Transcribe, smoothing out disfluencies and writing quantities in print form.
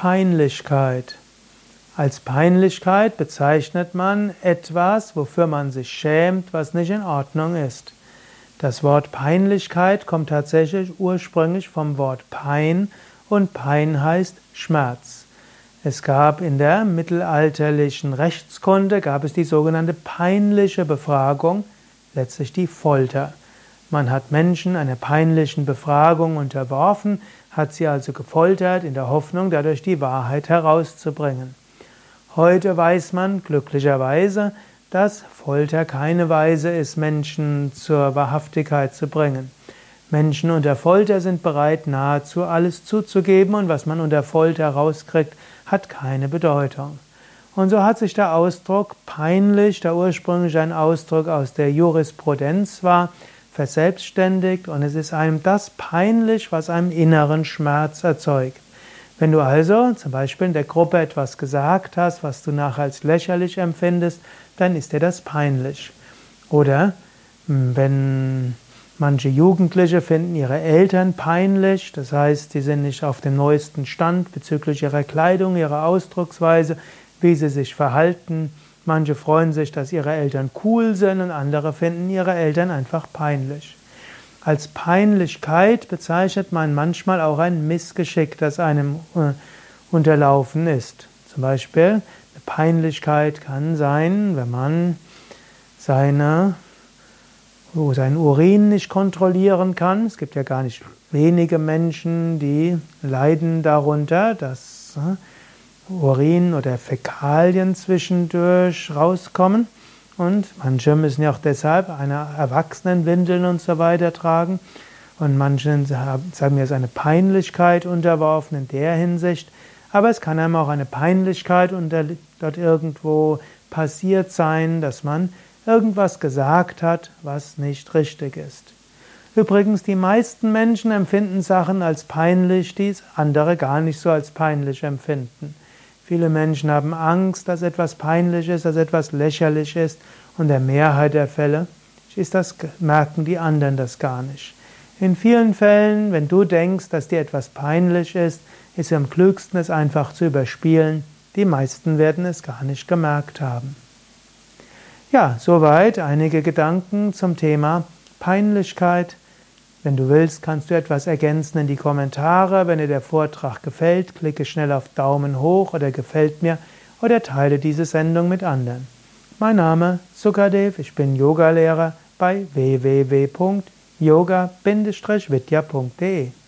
Peinlichkeit. Als Peinlichkeit bezeichnet man etwas, wofür man sich schämt, was nicht in Ordnung ist. Das Wort Peinlichkeit kommt tatsächlich ursprünglich vom Wort Pein und Pein heißt Schmerz. Es gab in der mittelalterlichen Rechtskunde die sogenannte peinliche Befragung, letztlich die Folter. Man hat Menschen einer peinlichen Befragung unterworfen, hat sie also gefoltert, in der Hoffnung, dadurch die Wahrheit herauszubringen. Heute weiß man glücklicherweise, dass Folter keine Weise ist, Menschen zur Wahrhaftigkeit zu bringen. Menschen unter Folter sind bereit, nahezu alles zuzugeben, und was man unter Folter rauskriegt, hat keine Bedeutung. Und so hat sich der Ausdruck peinlich, der ursprünglich ein Ausdruck aus der Jurisprudenz war, verselbstständigt, und es ist einem das peinlich, was einem inneren Schmerz erzeugt. Wenn du also zum Beispiel in der Gruppe etwas gesagt hast, was du nachher als lächerlich empfindest, dann ist dir das peinlich. Oder wenn manche Jugendliche finden ihre Eltern peinlich, das heißt, sie sind nicht auf dem neuesten Stand bezüglich ihrer Kleidung, ihrer Ausdrucksweise, wie sie sich verhalten. Manche freuen sich, dass ihre Eltern cool sind, und andere finden ihre Eltern einfach peinlich. Als Peinlichkeit bezeichnet man manchmal auch ein Missgeschick, das einem unterlaufen ist. Zum Beispiel eine Peinlichkeit kann sein, wenn man seinen Urin nicht kontrollieren kann. Es gibt ja gar nicht wenige Menschen, die leiden darunter, dass Urin oder Fäkalien zwischendurch rauskommen. Und manche müssen ja auch deshalb eine Erwachsenenwindeln und so weiter tragen. Und manche sagen mir, es ist eine Peinlichkeit unterworfen in der Hinsicht. Aber es kann einem auch eine Peinlichkeit dort irgendwo passiert sein, dass man irgendwas gesagt hat, was nicht richtig ist. Übrigens, die meisten Menschen empfinden Sachen als peinlich, die andere gar nicht so als peinlich empfinden. Viele Menschen haben Angst, dass etwas peinlich ist, dass etwas lächerlich ist, und in der Mehrheit der Fälle merken die anderen das gar nicht. In vielen Fällen, wenn du denkst, dass dir etwas peinlich ist es am klügsten, es einfach zu überspielen. Die meisten werden es gar nicht gemerkt haben. Ja, soweit einige Gedanken zum Thema Peinlichkeit. Wenn du willst, kannst du etwas ergänzen in die Kommentare. Wenn dir der Vortrag gefällt, klicke schnell auf Daumen hoch oder gefällt mir oder teile diese Sendung mit anderen. Mein Name Sukadev, ich bin Yogalehrer bei www.yoga-vidya.de